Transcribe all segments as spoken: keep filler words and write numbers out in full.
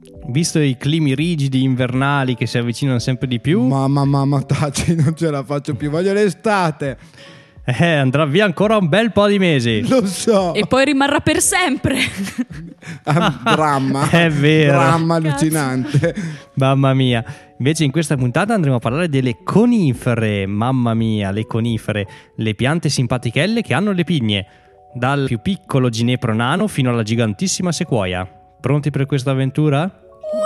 Visto i climi rigidi invernali che si avvicinano sempre di più, Mamma, mamma, taci, non ce la faccio più, voglio l'estate. eh, andrà via ancora un bel po' di mesi. Lo so. E poi rimarrà per sempre. Ah, dramma. È vero. Dramma allucinante. Mamma mia. Invece in questa puntata andremo a parlare delle conifere. Mamma mia, le conifere, le piante simpatichelle che hanno le pigne, dal più piccolo ginepro nano fino alla gigantissima sequoia. Pronti per questa avventura?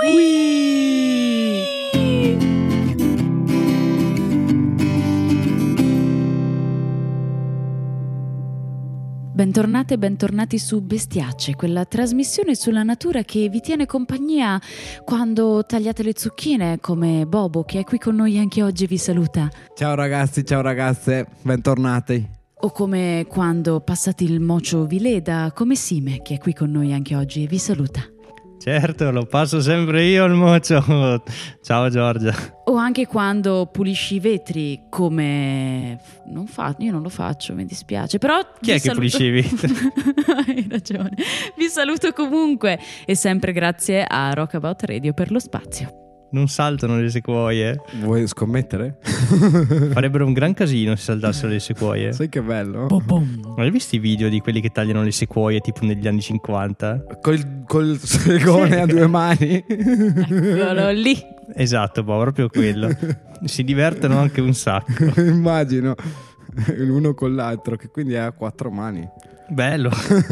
Bentornate e bentornati su Bestiacce, quella trasmissione sulla natura che vi tiene compagnia quando tagliate le zucchine, come Bobo che è qui con noi anche oggi e vi saluta. Ciao ragazzi, ciao ragazze, bentornati. O come quando passate il mocio Vileda, come Sime che è qui con noi anche oggi e vi saluta. Certo, lo passo sempre io il mocio. Ciao Giorgia. O anche quando pulisci i vetri, come... Non fa... Io non lo faccio, mi dispiace. Però Chi è che saluto... pulisce i vetri? Hai ragione. Vi saluto comunque. E sempre grazie a Rockabout Radio per lo spazio. Non saltano le sequoie. Vuoi scommettere? Farebbero un gran casino se saltassero le sequoie. Sai che bello? Boom. Hai visto i video di quelli che tagliano le sequoie tipo negli anni cinquanta? Col, col stregone a due mani. Eccolo lì. Esatto, boh, proprio quello. Si divertono anche un sacco. Immagino l'uno con l'altro, che quindi ha quattro mani. Bello.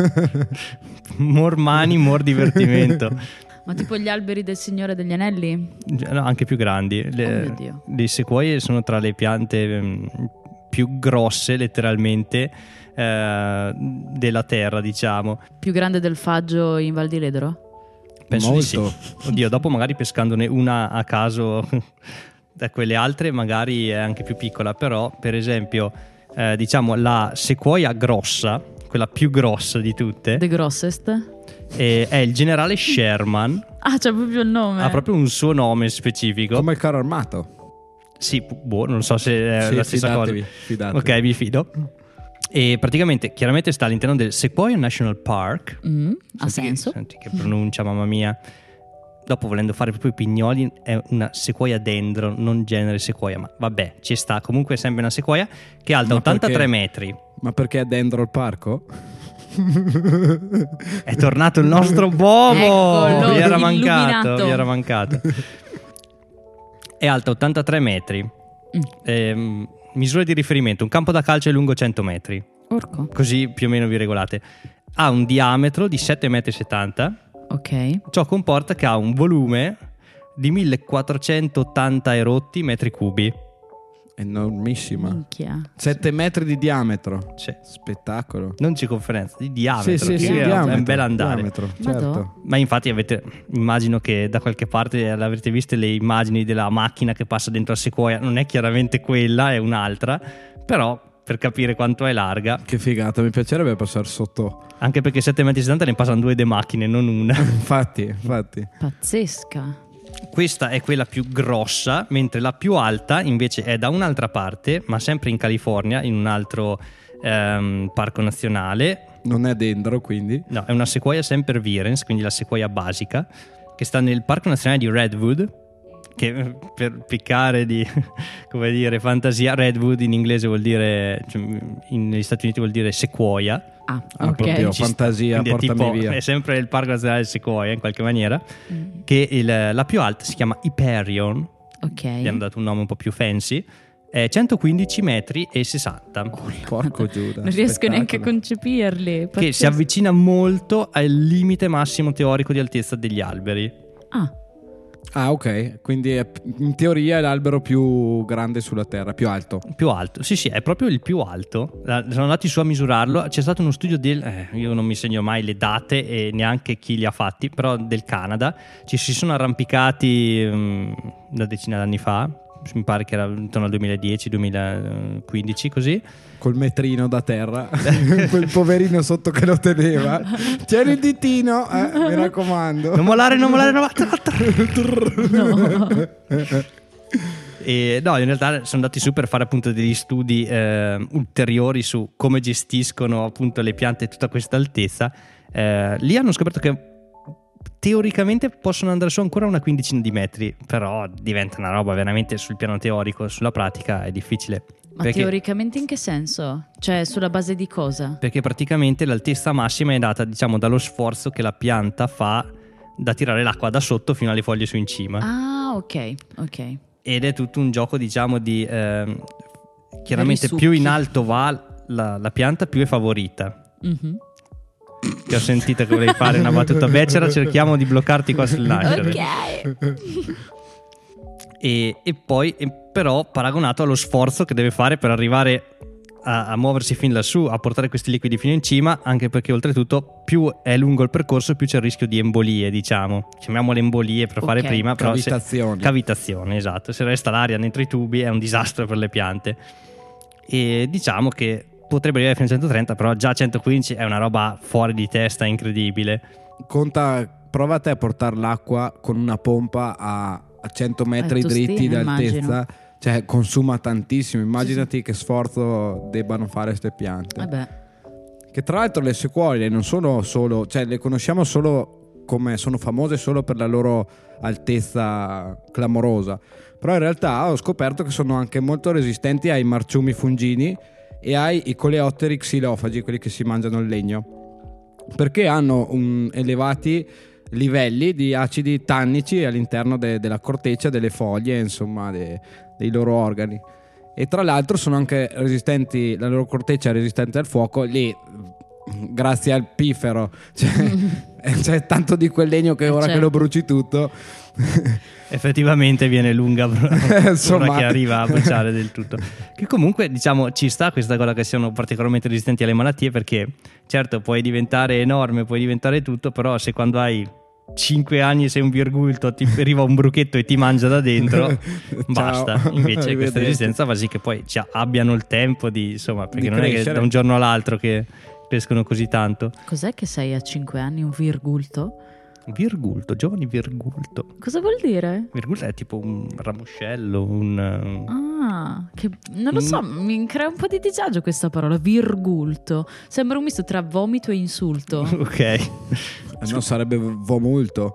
More money, more divertimento. Ma tipo gli alberi del Signore degli Anelli? No, anche più grandi. Le, Oh mio Dio. le sequoie sono tra le piante um, più grosse, letteralmente, uh, della terra, diciamo. Più grande del faggio in Val di Ledro? Penso Molto. di sì. Oddio, dopo magari pescandone una a caso da quelle altre magari è anche più piccola, però per esempio eh, diciamo la sequoia grossa, quella più grossa di tutte, The Grossest? eh, è il generale Sherman. Ah, c'è proprio il nome. Ha proprio un suo nome specifico. Come il carro armato. Sì, boh, non so se è Sì, la stessa fidatevi, cosa. fidatevi. Ok, mi fido. E praticamente, chiaramente sta all'interno del Sequoia National Park. Mm, ha Senti che- senso. Senti che pronuncia, mamma mia. Dopo, volendo fare proprio i pignoli, è una sequoia dendro, non genere sequoia, ma vabbè, ci sta. Comunque è sempre una sequoia che è alta Ma ottantatré perché? metri. Ma perché è dentro il parco? È tornato il nostro Bobo! Eccolo, vi era illuminato. mancato, vi era mancato. È alta ottantatré metri. Mm. Ehm, misura di riferimento: un campo da calcio è lungo cento metri. Orco. Così più o meno vi regolate. Ha un diametro di sette virgola settanta metri. Ok. Ciò comporta che ha un volume di millequattrocentottanta erotti metri cubi. Enormissima. Minchia. sette metri di diametro. Cioè, Spettacolo. non circonferenza, di diametro. Sì, sì, che sì, è diametro. un bel andare. Diametro, Madò. certo. Ma infatti avete, immagino che da qualche parte l'avrete viste le immagini della macchina che passa dentro a Sequoia. Non è chiaramente quella, è un'altra, però per capire quanto è larga, Che figata, mi piacerebbe passare sotto. anche perché sette virgola settanta metri ne passano due de macchine, non una. Infatti, infatti. Pazzesca. Questa è quella più grossa, mentre la più alta invece è da un'altra parte, ma sempre in California, in un altro ehm, parco nazionale. Non è dentro, quindi. No, è una sequoia sempervirens, quindi la sequoia basica, che sta nel parco nazionale di Redwood, che per piccare di, come dire, fantasia, Redwood in inglese vuol dire, cioè, in- negli Stati Uniti vuol dire sequoia. Ah, Ah, ok. proprio. Ci sta. Fantasia, Quindi è portami tipo- via. È sempre il parco nazionale di sequoia in qualche maniera, Mm. che il- la più alta si chiama Hyperion, Ok. gli hanno dato un nome un po' più fancy, è centoquindici metri e sessanta, Porco Giuda. Non riesco neanche a spettacolo. concepirli. che si Pazzesco. avvicina molto al limite massimo teorico di altezza degli alberi. Ah, Ah, ok. Quindi è, in teoria è l'albero più grande sulla Terra, più alto. Più alto, sì sì, è proprio il più alto. La- sono andati su a misurarlo, c'è stato uno studio del, eh, io non mi segno mai le date e neanche chi li ha fatti, però del Canada, ci si sono arrampicati um, una decina d'anni fa, mi pare che era intorno al duemiladieci duemilaquindici così. Col metrino da terra. Quel poverino sotto che lo teneva. Tieni il ditino, eh, mi raccomando. Non molare, non molare, non no. E no, in realtà sono andati su per fare appunto degli studi eh, ulteriori su come gestiscono appunto le piante a tutta questa altezza. Eh, lì hanno scoperto che teoricamente possono andare su ancora una quindicina di metri, però diventa una roba veramente sul piano teorico, sulla pratica è difficile. Ma perché, teoricamente in che senso? Cioè sulla base di cosa? Perché praticamente l'altezza massima è data, diciamo, dallo sforzo che la pianta fa da tirare l'acqua da sotto fino alle foglie su in cima. Ah, ok, ok. Ed è tutto un gioco, diciamo, di ehm, chiaramente Risucchi. più in alto va la, la pianta, più è favorita. Mhm. Che ho sentito che volevi fare una battuta becera, cerchiamo di bloccarti qua sul nascere. Ok. E, e poi e però paragonato allo sforzo che deve fare per arrivare a, a muoversi fin lassù, a portare questi liquidi fino in cima, anche perché oltretutto più è lungo il percorso più c'è il rischio di embolie, diciamo, chiamiamole embolie per fare Ok. prima, però se- Cavitazioni. cavitazione, esatto, se resta l'aria dentro i tubi è un disastro per le piante. E diciamo che potrebbe arrivare fino a centotrenta, però già centoquindici è una roba fuori di testa, incredibile. Conta, prova te a portare l'acqua con una pompa a, a cento metri tostine, dritti d'altezza, immagino. cioè consuma tantissimo. Immaginati che sforzo debbano fare queste piante. Vabbè. Che tra l'altro le sequoie non sono solo, cioè le conosciamo solo come sono famose solo per la loro altezza clamorosa, però in realtà ho scoperto che sono anche molto resistenti ai marciumi fungini e ai i coleotteri xilofagi, quelli che si mangiano il legno, perché hanno un elevati livelli di acidi tannici all'interno de- della corteccia, delle foglie, insomma, de- dei loro organi. E tra l'altro sono anche resistenti, la loro corteccia è resistente al fuoco, lì grazie al piffero, cioè, c'è tanto di quel legno che Eh, ora certo. che lo bruci tutto Effettivamente viene lunga Insomma. ora che arriva a bruciare del tutto. Che comunque, diciamo, ci sta questa cosa che siano particolarmente resistenti alle malattie, perché certo puoi diventare enorme, puoi diventare tutto, però se quando hai cinque anni sei un virgulto ti arriva un bruchetto e ti mangia da dentro, basta. Ciao. Invece questa Arrivederci. resistenza fa sì che poi ci abbiano il tempo di, insomma, perché Di non è che crescere. da un giorno all'altro che crescono così tanto. Cos'è che sei a cinque anni un virgulto? Virgulto, giovani virgulto. Cosa vuol dire? Virgulto è tipo un ramoscello, un... Ah, che non lo so, mi crea un po' di disagio questa parola, virgulto. Sembra un misto tra vomito e insulto. Ok. Eh no, sarebbe vomulto.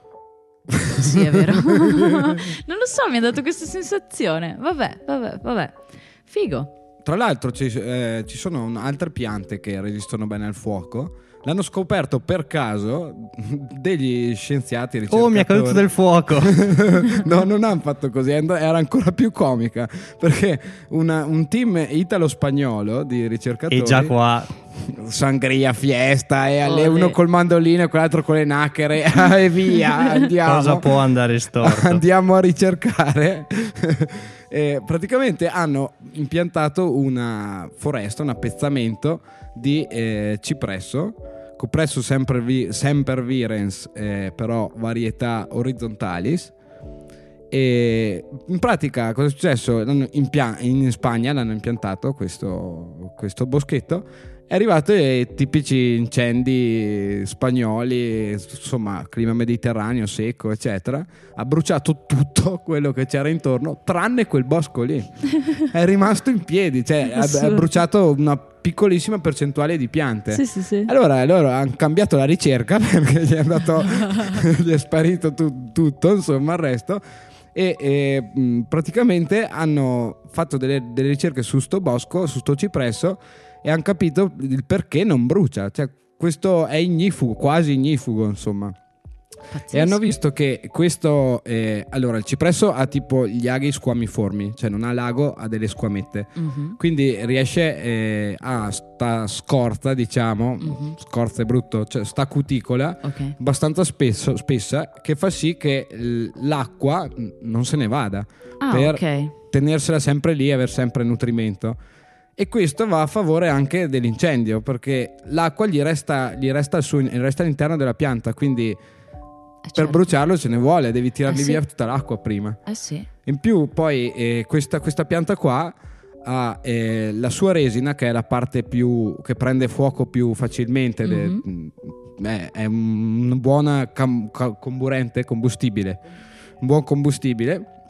Sì, è vero. Non lo so, mi ha dato questa sensazione. Vabbè, vabbè, vabbè. Figo. Tra l'altro ci, eh, ci sono un- altre piante che resistono bene al fuoco. L'hanno scoperto per caso degli scienziati ricercatori. Oh, mi è caduto del fuoco. No, non hanno fatto così, era ancora più comica, perché una- un team italo-spagnolo di ricercatori, E già qua sangria, fiesta, e alle Olè. uno col mandolino e quell'altro con le nacchere e via, andiamo. cosa può andare storto? Andiamo a ricercare. E praticamente hanno impiantato una foresta, un appezzamento di eh, cipresso, Cupressus sempervi- sempervirens, eh, però varietà orizontalis. E in pratica cosa è successo? L'hanno impia- in Spagna l'hanno impiantato questo, questo boschetto. È arrivato ai tipici incendi spagnoli, insomma, clima mediterraneo, secco, eccetera. Ha bruciato tutto quello che c'era intorno, tranne quel bosco lì. È rimasto in piedi, cioè ha, ha Assurdo. bruciato una piccolissima percentuale di piante. Sì, sì, sì. Allora loro hanno cambiato la ricerca perché gli è andato, gli è sparito tu- tutto, insomma, il resto. E, e mh, praticamente hanno fatto delle, delle ricerche su sto bosco, su sto cipresso, e hanno capito il perché non brucia. Cioè, questo è ignifugo, quasi ignifugo, insomma. Pazzesco. E hanno visto che questo eh, allora il cipresso ha tipo gli aghi squamiformi, cioè non ha l'ago, ha delle squamette. Mhm. Quindi riesce eh, a sta scorza, diciamo, Mhm. scorza è brutto, cioè sta cuticola Ok. abbastanza spesso, spessa, che fa sì che l- l'acqua n- non se ne vada, Ah, per ok. tenersela sempre lì e aver sempre nutrimento. E questo va a favore anche dell'incendio, perché l'acqua gli resta, gli resta, al suo- gli resta all'interno della pianta, quindi Eh, per certo. bruciarlo ce ne vuole, devi tirargli Eh sì. via tutta l'acqua prima. Eh sì. In più poi eh, questa, questa pianta qua ha eh, la sua resina, che è la parte più che prende fuoco più facilmente, de- Mhm. eh, è un- una buona cam- ca- comburente, combustibile, un buon combustibile,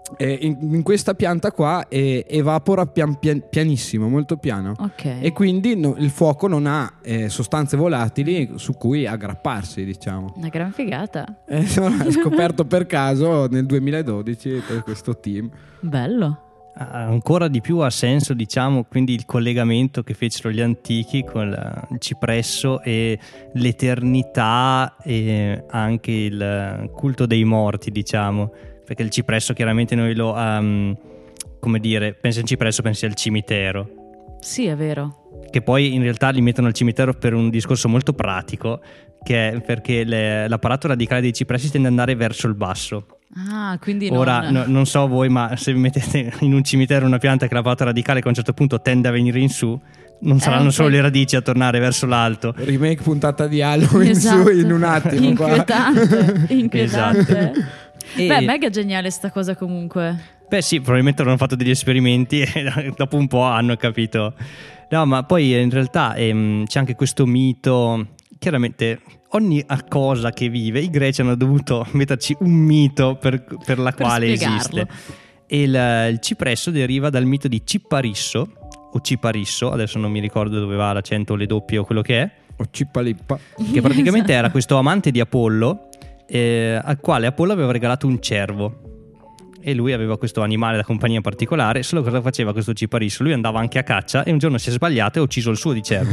E in, in questa pianta qua eh, evapora pian, pian, pianissimo, molto piano. Ok. E quindi no, il fuoco non ha eh, sostanze volatili su cui aggrapparsi, diciamo. Una gran figata. Eh, ho scoperto per caso nel duemiladodici per questo team. Bello. Ancora di più ha senso, diciamo, quindi il collegamento che fecero gli antichi con il cipresso e l'eternità e anche il culto dei morti, diciamo, perché il cipresso chiaramente noi lo um, come dire, pensi al cipresso, pensi al cimitero. Sì, è vero. Che poi in realtà li mettono al cimitero per un discorso molto pratico, che è perché le, l'apparato radicale dei cipressi tende ad andare verso il basso. Ah, quindi Ora non... no, non so voi, ma se vi mettete in un cimitero una pianta che l'apparato radicale che a un certo punto tende a venire in su, non saranno Eh, solo poi- le radici a tornare verso l'alto. Remake puntata di Halloween Esatto. su in un attimo qua. Inquietante, inquietante. Esatto. E- Beh, mega geniale sta cosa comunque. Beh sì, probabilmente avranno fatto degli esperimenti e dopo un po' hanno capito. No, ma poi in realtà ehm, c'è anche questo mito, chiaramente ogni cosa che vive, i greci hanno dovuto metterci un mito per, per la Per quale spiegarlo. esiste. E il, il cipresso deriva dal mito di Ciparisso, o Ciparisso, adesso non mi ricordo dove va l'accento o le doppie o quello che è, O cippalippa. che praticamente Esatto. era questo amante di Apollo, eh, al quale Apollo aveva regalato un cervo. E lui aveva questo animale da compagnia particolare. Solo cosa faceva questo Ciparisso? Lui andava anche a caccia e un giorno si è sbagliato e ha ucciso il suo di cervo,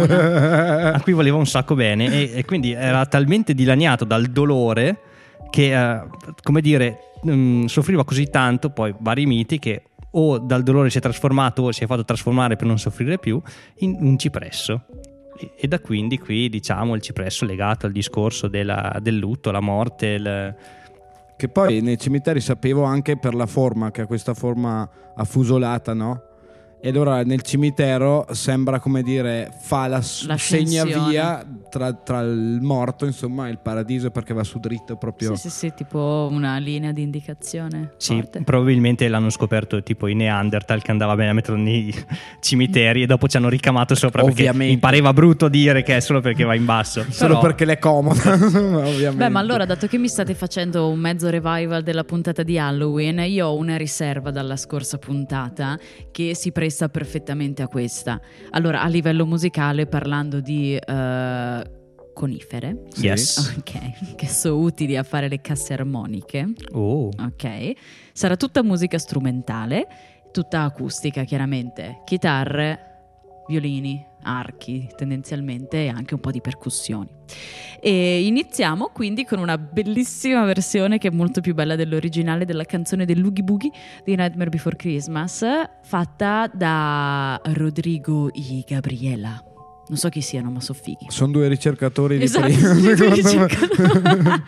a cui voleva un sacco bene, e, e quindi era talmente dilaniato dal dolore che eh, come dire mh, soffriva così tanto, poi vari miti, che o dal dolore si è trasformato o si è fatto trasformare per non soffrire più in un cipresso. E, e da quindi qui diciamo il cipresso legato al discorso della, del lutto, la morte, il... Che poi nei cimiteri sapevo anche per la forma, che ha questa forma affusolata, no? E allora nel cimitero sembra, come dire, fa la s- segna L'ascensione. via tra, tra il morto, insomma, e il paradiso, perché va su dritto proprio. Sì, sì, sì, tipo una linea di indicazione. Sì, forte. probabilmente l'hanno scoperto tipo i Neanderthal, che andava bene a metterlo nei cimiteri, e dopo ci hanno ricamato sopra Ovviamente. perché mi pareva brutto dire che è solo perché va in basso. Solo Però- perché l'è comoda, ovviamente. Beh, ma allora, dato che mi state facendo un mezzo revival della puntata di Halloween, io ho una riserva dalla scorsa puntata che si presta perfettamente a questa. Allora, a livello musicale, parlando di eh, conifere, Sì. Yes. ok, che sono utili a fare le casse armoniche, Oh. ok, sarà tutta musica strumentale, tutta acustica chiaramente, chitarre, violini, archi tendenzialmente, e anche un po' di percussioni. E iniziamo quindi con una bellissima versione, che è molto più bella dell'originale, della canzone dell'Oogie Boogie di Nightmare Before Christmas, fatta da Rodrigo y Gabriela. Non so chi siano, ma so fighi. Sono due ricercatori di Esatto, prima, sì, secondo me. ricercatori.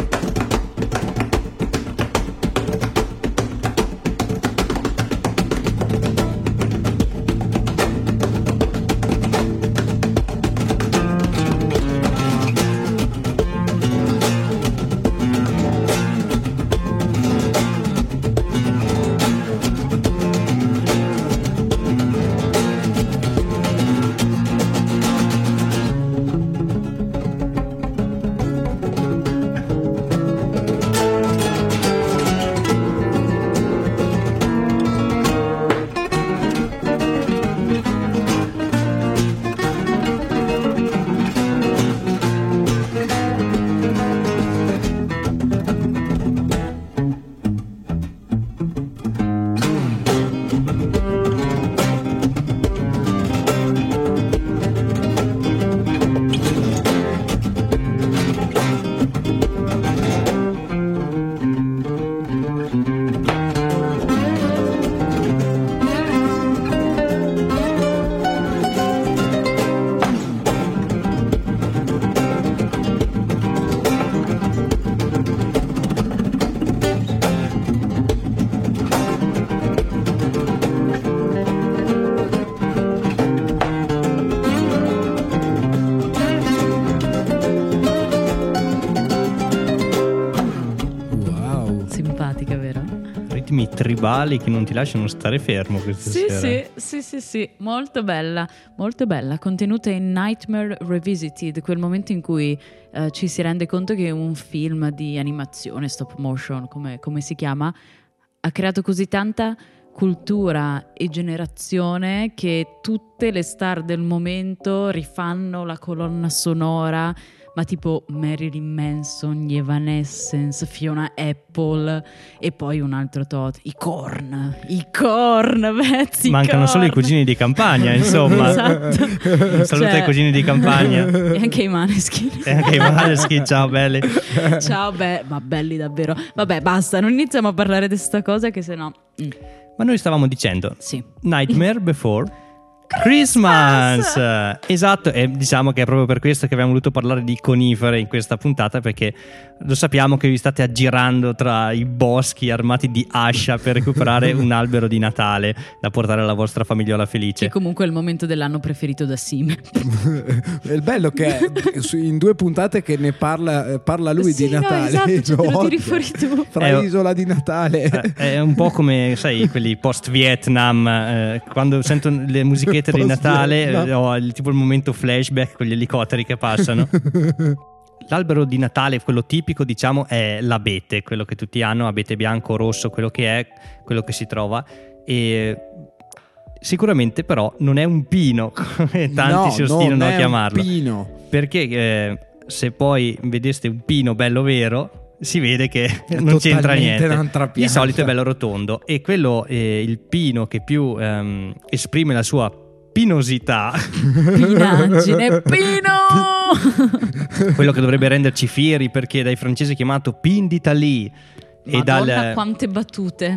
Wow. Simpatica, vero? Ritmi tribali che non ti lasciano stare fermo questa Sì, sera. sì, sì, sì, sì, molto bella, molto bella, contenuta in Nightmare Revisited, quel momento in cui eh, ci si rende conto che un film di animazione, stop motion, come, come si chiama, ha creato così tanta cultura e generazione che tutte le star del momento rifanno la colonna sonora, ma tipo Marilyn Manson, gli Evanescence, Fiona Apple e poi un altro tot, i Korn, i Korn, pezzi Mancano Korn. solo i cugini di campagna, insomma. Esatto. Un saluto Cioè- ai cugini di campagna. E anche i Maneskin. E anche i Maneskin, ciao belli. Ciao, beh, ma belli davvero. Vabbè, basta, non iniziamo a parlare di sta cosa che sennò... Mm, Ma noi stavamo dicendo sì. Nightmare Before Christmas. Eh, Esatto, e diciamo che è proprio per questo che abbiamo voluto parlare di conifere in questa puntata, perché lo sappiamo che vi state aggirando tra i boschi armati di ascia per recuperare un albero di Natale da portare alla vostra famigliola Che felice. comunque è il momento dell'anno preferito da Sime. Il bello che è su- in due puntate che ne parla, parla lui Sì, di no, Natale. esatto, cioè, te lo Odio. tiri fuori tu. Fra Eh, Isola di Natale. Eh, È un po' come, sai, quelli post-Vietnam, eh, quando sentono le musichette di Natale, Post-Vietnam. eh, ho il, tipo il momento flashback con gli elicotteri che passano. L'albero di Natale, quello tipico, diciamo, è l'abete, quello che tutti hanno, abete bianco, rosso, quello che è, quello che si trova. E sicuramente però non è un pino, come tanti No, si ostinano non a è chiamarlo. un pino. Perché eh, se poi vedeste un pino bello vero, si vede che È non c'entra totalmente niente. un'altra Di pianta. solito è bello rotondo, e quello eh, il pino che più ehm, esprime la sua pinosità, Pinaggine, Pino! quello che dovrebbe renderci fieri, perché dai francesi è chiamato Pin d'Italie. E Madonna, dal quante battute.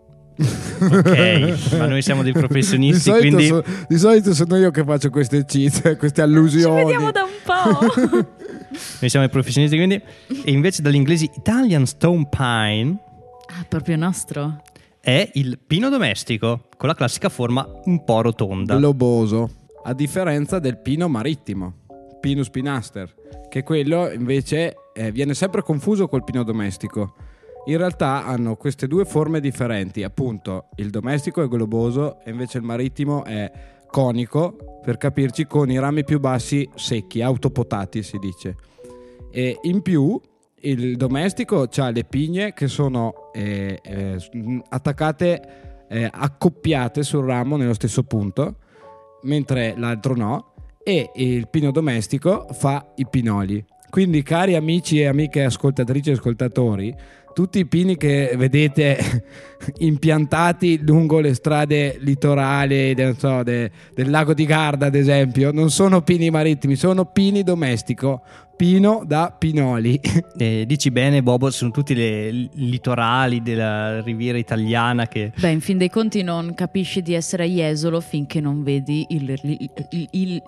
ok, ma noi siamo dei Di professionisti, solito, quindi so- di solito sono io che faccio queste cheat, queste Ci allusioni. vediamo da un po'. noi siamo i professionisti, quindi. E invece dall'inglese Italian Stone Pine Ah, proprio nostro. è il pino domestico, con la classica forma un po' rotonda. Globoso, a differenza del pino marittimo, Pinus pinaster, che quello invece eh, viene sempre confuso col pino domestico. In realtà hanno queste due forme differenti, appunto il domestico è globoso e invece il marittimo è conico, per capirci, con i rami più bassi secchi, autopotati si dice. E in più il domestico ha le pigne che sono eh, eh, attaccate, eh, accoppiate sul ramo nello stesso punto, mentre l'altro no, e il pino domestico fa i pinoli. Quindi, cari amici e amiche ascoltatrici e ascoltatori, tutti i pini che vedete impiantati lungo le strade litorali, non so, de- del lago di Garda ad esempio, non sono pini marittimi, sono pini domestico, pino da pinoli. Eh, dici bene, Bobo, sono tutti le i litorali della riviera italiana che Beh, in fin dei conti non capisci di essere a Jesolo finché non vedi il, il, il, il,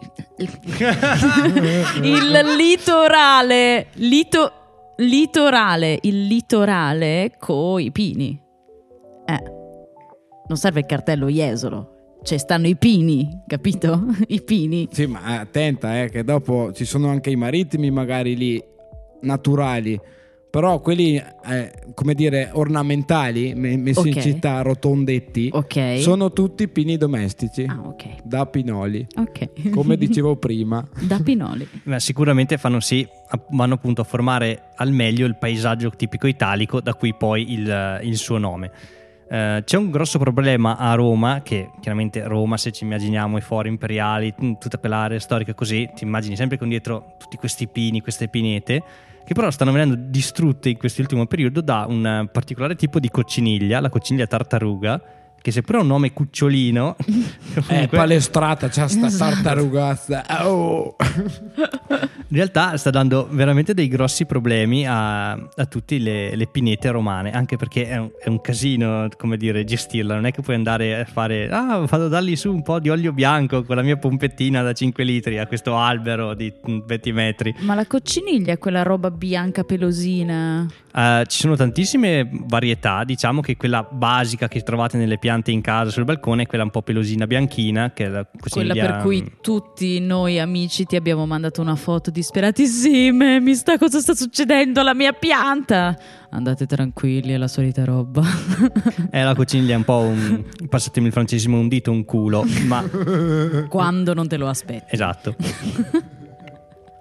il, il litorale, lito, litorale, il litorale coi pini. Eh, non serve il cartello Jesolo, cioè stanno i pini, capito? I pini. Sì, ma attenta, eh, che dopo ci sono anche i marittimi magari lì, naturali, però quelli, eh, come dire, ornamentali, me- messi in Ok. città, rotondetti, Ok. sono tutti pini domestici, Ah, ok. da pinoli, Ok. come dicevo prima. Da pinoli. beh, sicuramente fanno sì, a- vanno appunto a formare al meglio il paesaggio tipico italico, da cui poi il, il suo nome. Eh, c'è un grosso problema a Roma, che chiaramente Roma, se ci immaginiamo i fori imperiali, t- tutta quell'area storica così, ti immagini sempre con dietro tutti questi pini, queste pinete, che però stanno venendo distrutte in quest'ultimo periodo da un eh, particolare tipo di cocciniglia, la cocciniglia tartaruga, che seppure ha un nome cucciolino, È comunque palestrata, c'ha sta Esatto. tartarugazza. Oh. in realtà sta dando veramente dei grossi problemi a, a tutte le, le pinete romane, anche perché è un, è un casino, come dire, gestirla. Non è che puoi andare a fare ah, vado a dargli su un po' di olio bianco con la mia pompettina da cinque litri a questo albero di venti metri. Ma la cocciniglia è quella roba bianca pelosina. Uh, ci sono tantissime varietà, diciamo che quella basica che trovate nelle piante in casa sul balcone è quella un po' pelosina bianchina, che è la Quella cocciniglia- per cui tutti noi amici ti abbiamo mandato una foto disperatissime. Mi sta cosa sta succedendo alla mia pianta? Andate tranquilli, è la solita roba. è la cocciniglia, è un po' un, passatemi il francesimo, un dito, un culo, ma Quando non te lo aspetti. esatto.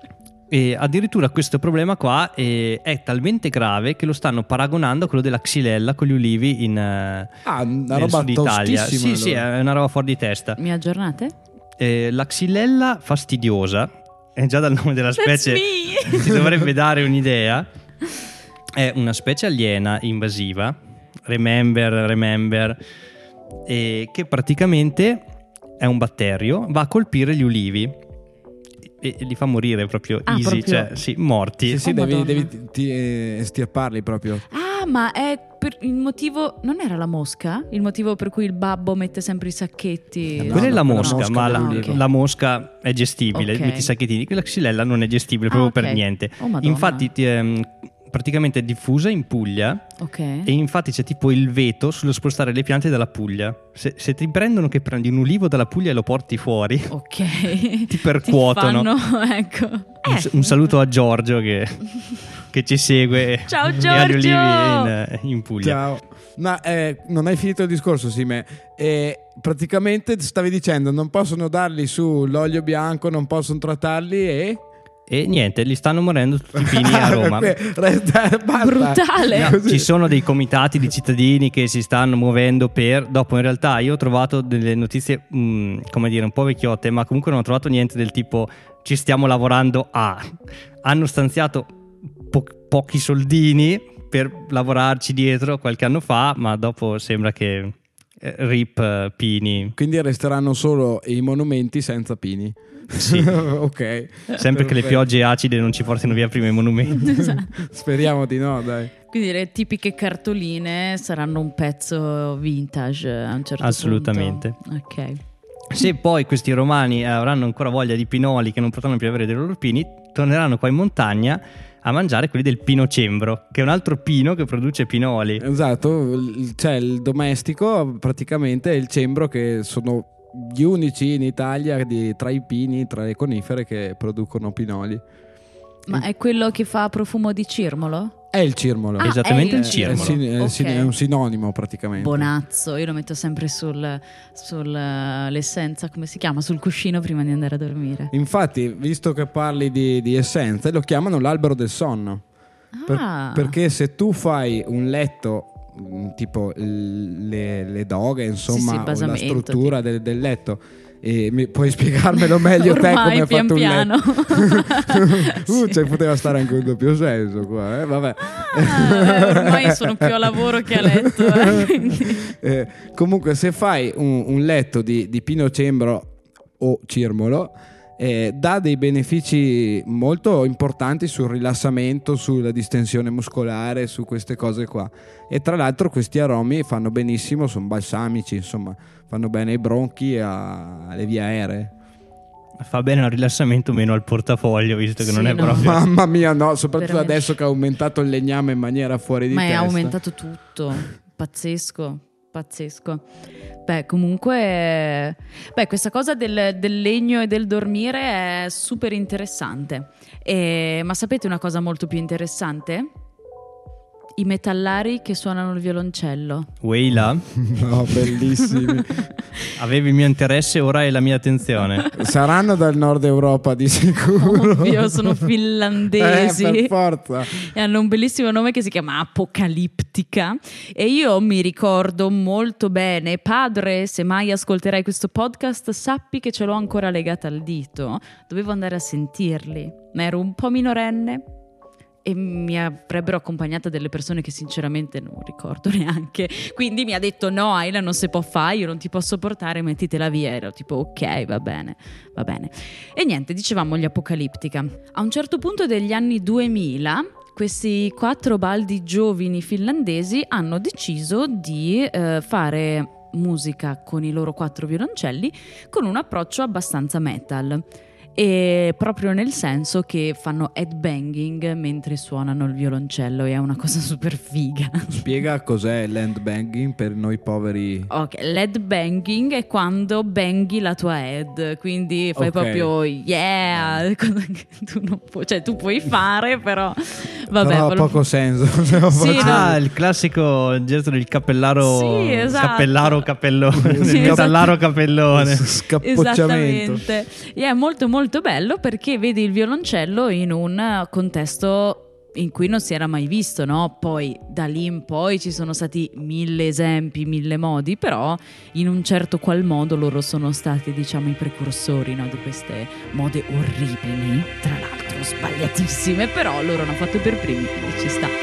E addirittura questo problema qua è, è talmente grave che lo stanno paragonando a quello della xylella con gli ulivi in eh, Ah, una nel roba sud Italia. Sì, tostissima, sì, allora. è una roba fuori di testa. Mi aggiornate? Eh, la xylella fastidiosa, è già dal nome della specie That's me. ti dovrebbe dare un'idea. È una specie aliena invasiva, remember, remember, e che praticamente è un batterio, va a colpire gli ulivi e li fa morire proprio Ah, easy, proprio? cioè sì, morti. Sì, sì, Oh, devi, Madonna. devi ti- ti- eh, estirparli proprio. Ah, ma è per il motivo... Non era la mosca? Il motivo per cui il babbo mette sempre i sacchetti? No, Quella è la no, quella mosca, mosca ma la, dell'ulivo. la mosca è gestibile, Ok. metti i sacchettini. La xylella non è gestibile Ah, proprio ok. per niente. Oh, Madonna. Infatti ti, ehm, praticamente è diffusa in Puglia Ok. e infatti c'è tipo il veto sullo spostare le piante dalla Puglia. Se, se ti prendono che prendi un ulivo dalla Puglia e lo porti fuori, Ok. ti percuotono. Ti fanno, ecco. Un, Eh. un saluto a Giorgio che, che ci segue Ciao, e agli Giorgio! ulivi in, in Puglia. Ciao. Ma eh, non hai finito il discorso, Sime. Eh, praticamente stavi dicendo non possono darli sull'olio bianco, non possono trattarli e... E niente, li stanno morendo tutti i pini a Roma. Resta- basta. Brutale. Così. Ci sono dei comitati di cittadini che si stanno muovendo per... Dopo in realtà io ho trovato delle notizie, mh, come dire, un po' vecchiotte, ma comunque non ho trovato niente del tipo ci stiamo lavorando a... Hanno stanziato po- pochi soldini per lavorarci dietro qualche anno fa, ma dopo sembra che eh, rip eh, pini. Quindi resteranno solo i monumenti senza pini. Sì. Ok. Sempre che le Perfetto. piogge acide non ci portino via prima i monumenti. Speriamo di no, dai. Quindi le tipiche cartoline saranno un pezzo vintage a un certo Assolutamente. punto. Ok. Se poi questi romani avranno ancora voglia di pinoli che non potranno più avere dei loro pini, torneranno qua in montagna a mangiare quelli del pino cembro, che è un altro pino che produce pinoli. Esatto, il- c'è il domestico praticamente e il cembro che sono gli unici in Italia di, tra i pini, tra le conifere che producono pinoli. Ma è quello che fa profumo di cirmolo? È il cirmolo. Ah, Esattamente è il il È, cirmolo. sin- è Ok. sin- è un sinonimo praticamente. Bonazzo, io lo metto sempre sul, sul eh, l'essenza, come si chiama? Sul cuscino prima di andare a dormire. Infatti, visto che parli di, di essenze, lo chiamano l'albero del sonno. Per- Ah, perché se tu fai un letto, mh, tipo l- le, le doghe, insomma, Sì, sì, o la basamento, struttura del, del letto, e mi, puoi spiegarmelo meglio te ormai come hai pian fatto un piano. letto? uh, cioè, poteva stare anche un doppio senso qua, eh? Vabbè. Ah, ormai sono più a lavoro che a letto. eh, quindi- Eh, comunque, se fai un, un letto di, di pino cembro o cirmolo, eh, dà dei benefici molto importanti sul rilassamento, sulla distensione muscolare, su queste cose qua. E tra l'altro questi aromi fanno benissimo, sono balsamici, insomma, fanno bene ai bronchi e a- alle vie aeree. Fa bene al rilassamento, meno al portafoglio, visto che Sì, non è no. proprio... Mamma mia, no, soprattutto Veramente. adesso che ha aumentato il legname in maniera fuori di Ma è testa. aumentato tutto, pazzesco, pazzesco. Beh, comunque, beh, questa cosa del, del legno e del dormire è super interessante. E- ma sapete una cosa molto più interessante? I metallari che suonano il violoncello. Weila, No, bellissimi. avevi il mio interesse, ora hai la mia attenzione. Saranno dal nord Europa di sicuro. Ovvio, sono finlandesi. Eh, per forza. E hanno un bellissimo nome che si chiama Apocalittica. E io mi ricordo molto bene, padre, se mai ascolterai questo podcast, sappi che ce l'ho ancora legata al dito. Dovevo andare a sentirli, ma ero un po' minorenne e mi avrebbero accompagnata delle persone che sinceramente non ricordo neanche. Quindi mi ha detto: no, Ayla, non si può fare, io non ti posso portare, mettitela via. Ero tipo: ok, va bene, va bene. E niente, dicevamo gli Apocalittica. A un certo punto degli anni duemila questi quattro baldi giovani finlandesi hanno deciso di eh, fare musica con i loro quattro violoncelli con un approccio abbastanza metal. E proprio nel senso che fanno headbanging mentre suonano il violoncello, e è una cosa super figa. Spiega cos'è l'handbanging per noi poveri. Ok, l'headbanging è quando banghi la tua head, quindi fai Ok. proprio yeah, cosa che tu non puoi, cioè tu puoi fare, però vabbè, Però ha ve lo- poco senso. Sì, no. Ah, il classico gesto del cappellaro, Sì, esatto. cappellaro cappellone, Sì, il metallaro esatto. cappellone. Scappocciamento. Esattamente. E è molto molto molto bello perché vedi il violoncello in un contesto in cui non si era mai visto, no? Poi da lì in poi ci sono stati mille esempi, mille modi, però in un certo qual modo loro sono stati, diciamo, i precursori, no? Di queste mode orribili, tra l'altro sbagliatissime, però loro hanno fatto per primi, quindi ci sta.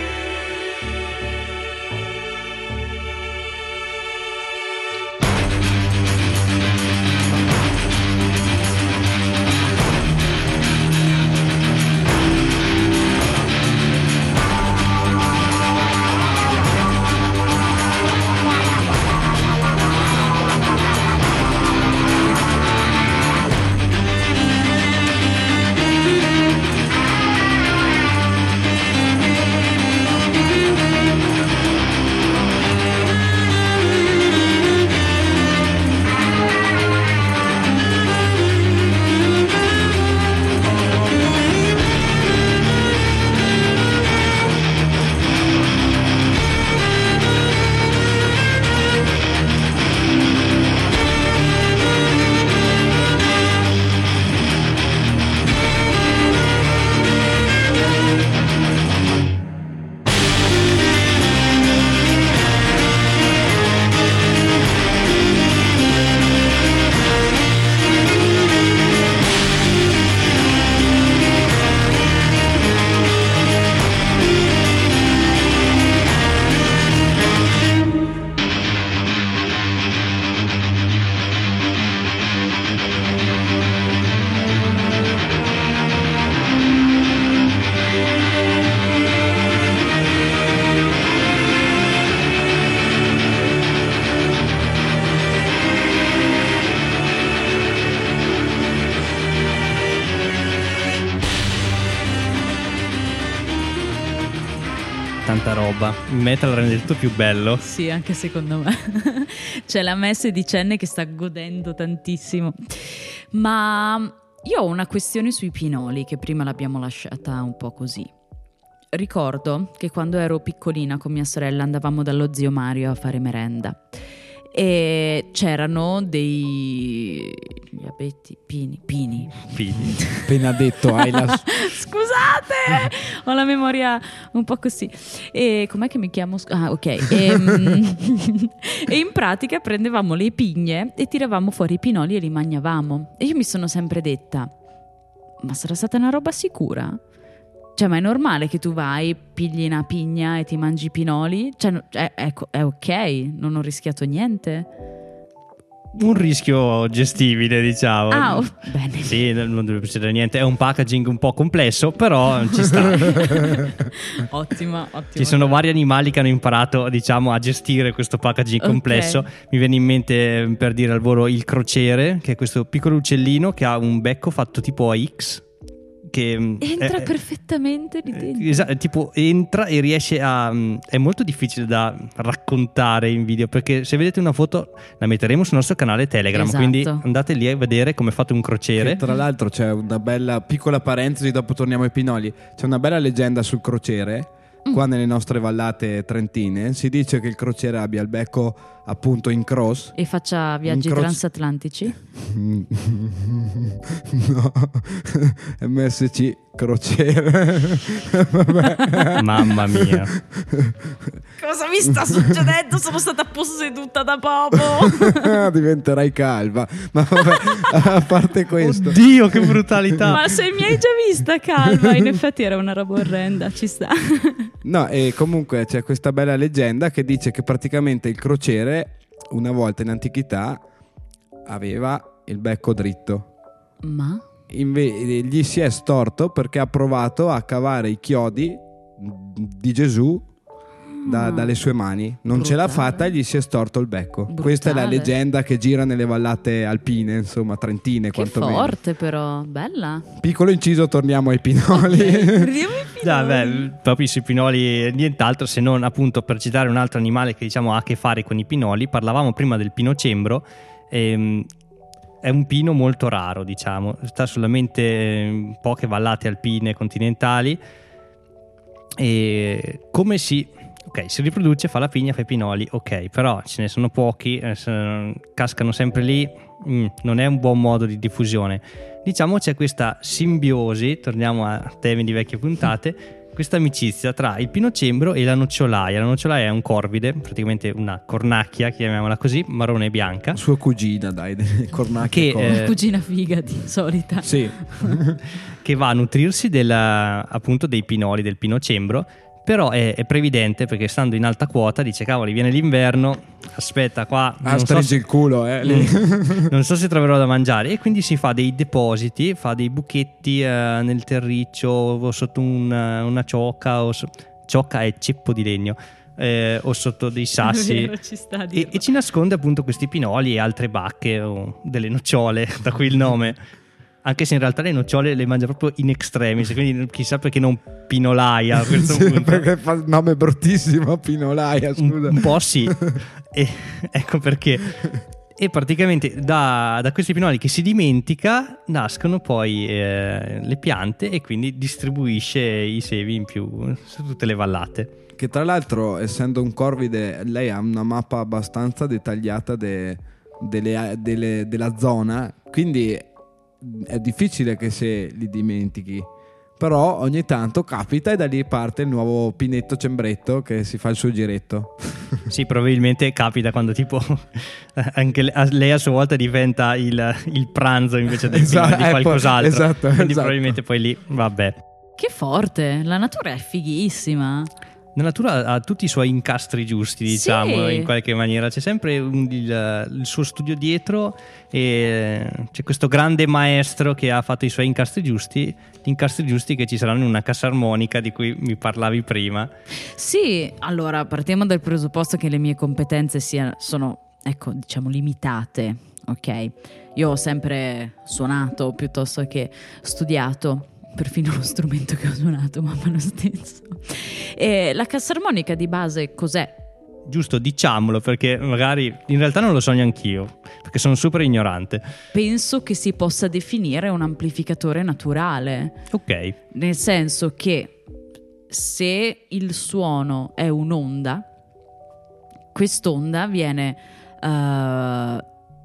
Tanta roba. Il metal rende tutto più bello. Sì, anche secondo me. C'è la messe di Cenne che sta godendo tantissimo. Ma io ho una questione sui pinoli, che prima l'abbiamo lasciata un po' così. Ricordo che quando ero piccolina con mia sorella andavamo dallo zio Mario a fare merenda e c'erano dei gli abeti pini pini Pini. Appena detto hai la... Scusate, ho la memoria un po' così. E com'è che mi chiamo? Ah, ok. E, mm, e in pratica prendevamo le pigne e tiravamo fuori i pinoli e li mangiavamo. E io mi sono sempre detta: ma sarà stata una roba sicura? Cioè, ma è normale che tu vai, pigli una pigna e ti mangi i pinoli? Cioè, no, è, è, è ok, non ho rischiato niente. Un rischio gestibile, diciamo. Ah, oh, bene. Sì, non dovrebbe succedere niente. È un packaging un po' complesso, però ci sta. Ottimo, ottimo. Ci sono vari animali che hanno imparato, diciamo, a gestire questo packaging Ok. complesso. Mi viene in mente, per dire al volo, il crociere, che è questo piccolo uccellino che ha un becco fatto tipo a X. Che Entra è- perfettamente lì dentro. Esatto, tipo entra e riesce a... È molto difficile da raccontare in video, perché se vedete una foto la metteremo sul nostro canale Telegram, Esatto. quindi andate lì a vedere come è fatto un crociere. Che tra l'altro c'è una bella piccola parentesi, dopo torniamo ai pinoli. C'è una bella leggenda sul crociere. Qua nelle nostre vallate trentine si dice che il crociere abbia il becco appunto in cross. E faccia viaggi Un croce- transatlantici. No, M S C crociere. Vabbè. Mamma mia. Cosa mi sta succedendo? Sono stata posseduta da Bobo. Diventerai calva. Ma vabbè, a parte questo. Oddio, che brutalità. Ma se mi hai già vista calva, in effetti era una roba orrenda, ci sta. No, e comunque c'è questa bella leggenda che dice che praticamente il crociere una volta in antichità aveva il becco dritto. Ma? Inve- gli si è storto perché ha provato a cavare i chiodi di Gesù da- Ah. dalle sue mani. Non ce l'ha Brutale. fatta e gli si è storto il becco. Brutale. Questa è la leggenda che gira nelle vallate alpine, insomma, trentine Che quantomeno. forte però, bella. Piccolo inciso, torniamo ai pinoli. Prendiamo i Ah, pinoli. beh, proprio sui pinoli nient'altro, se non appunto per citare un altro animale che diciamo ha a che fare con i pinoli. Parlavamo prima del pinocembro. ehm, È un pino molto raro, diciamo, sta solamente in poche vallate alpine continentali. E come si, ok, si riproduce, fa la pigna, fa i pinoli, ok, però ce ne sono pochi, eh, se- cascano sempre lì, mm, non è un buon modo di diffusione. diciamo c'è questa simbiosi, torniamo a temi di vecchie puntate, questa amicizia tra il pinocembro e la nocciolaia. La nocciolaia è un corvide, praticamente una cornacchia, chiamiamola così, marrone e bianca. Sua cugina, dai, delle cornacchie. Che, Che, eh, Una cugina figa di solita. sì. che va a nutrirsi della, appunto dei pinoli del pinocembro, però è, è previdente perché stando in alta quota dice cavoli viene l'inverno, aspetta qua Ah, non so stringi se- il culo, eh. lì. non so se troverò da mangiare, e quindi si fa dei depositi, fa dei buchetti eh, nel terriccio o sotto una, una ciocca o so- ciocca è ceppo di legno eh, o sotto dei sassi. Vero, ci sta a E, dirlo. e ci nasconde appunto questi pinoli e altre bacche o delle nocciole, da qui il nome. Anche se in realtà le nocciole le mangia proprio in extremis, quindi chissà perché non pinolaia a questo Sì, punto. perché fa il nome bruttissimo, pinolaia, Un, scusa. un po' sì. E, ecco perché. E praticamente da, da questi pinoli che si dimentica nascono poi eh, le piante, e quindi distribuisce i semi in più su tutte le vallate. Che tra l'altro, essendo un corvide, lei ha una mappa abbastanza dettagliata de- delle- delle- della zona, quindi è difficile che se li dimentichi. Però ogni tanto capita e da lì parte il nuovo pinetto cembretto che si fa il suo giretto. Sì, probabilmente capita quando tipo anche le- a- lei a sua volta diventa il, il pranzo invece del Esatto, pinoli di eh, poi- qualcos'altro. esatto, Quindi esatto. probabilmente poi lì, vabbè. Che forte, la natura è fighissima. La natura ha tutti i suoi incastri giusti, diciamo, Sì. in qualche maniera. C'è sempre un- il, il suo studio dietro, e c'è questo grande maestro che ha fatto i suoi incastri giusti, gli incastri giusti che ci saranno in una cassa armonica di cui mi parlavi prima. Sì, allora partiamo dal presupposto che le mie competenze siano, sono, ecco, diciamo limitate, ok? Io ho sempre suonato piuttosto che studiato, perfino lo strumento che ho suonato, ma fa lo stesso. E la cassa armonica di base cos'è? Giusto, diciamolo, perché magari in realtà non lo so neanch'io, perché sono super ignorante. Penso che si possa definire un amplificatore naturale, Ok, nel senso che se il suono è un'onda, quest'onda viene eh,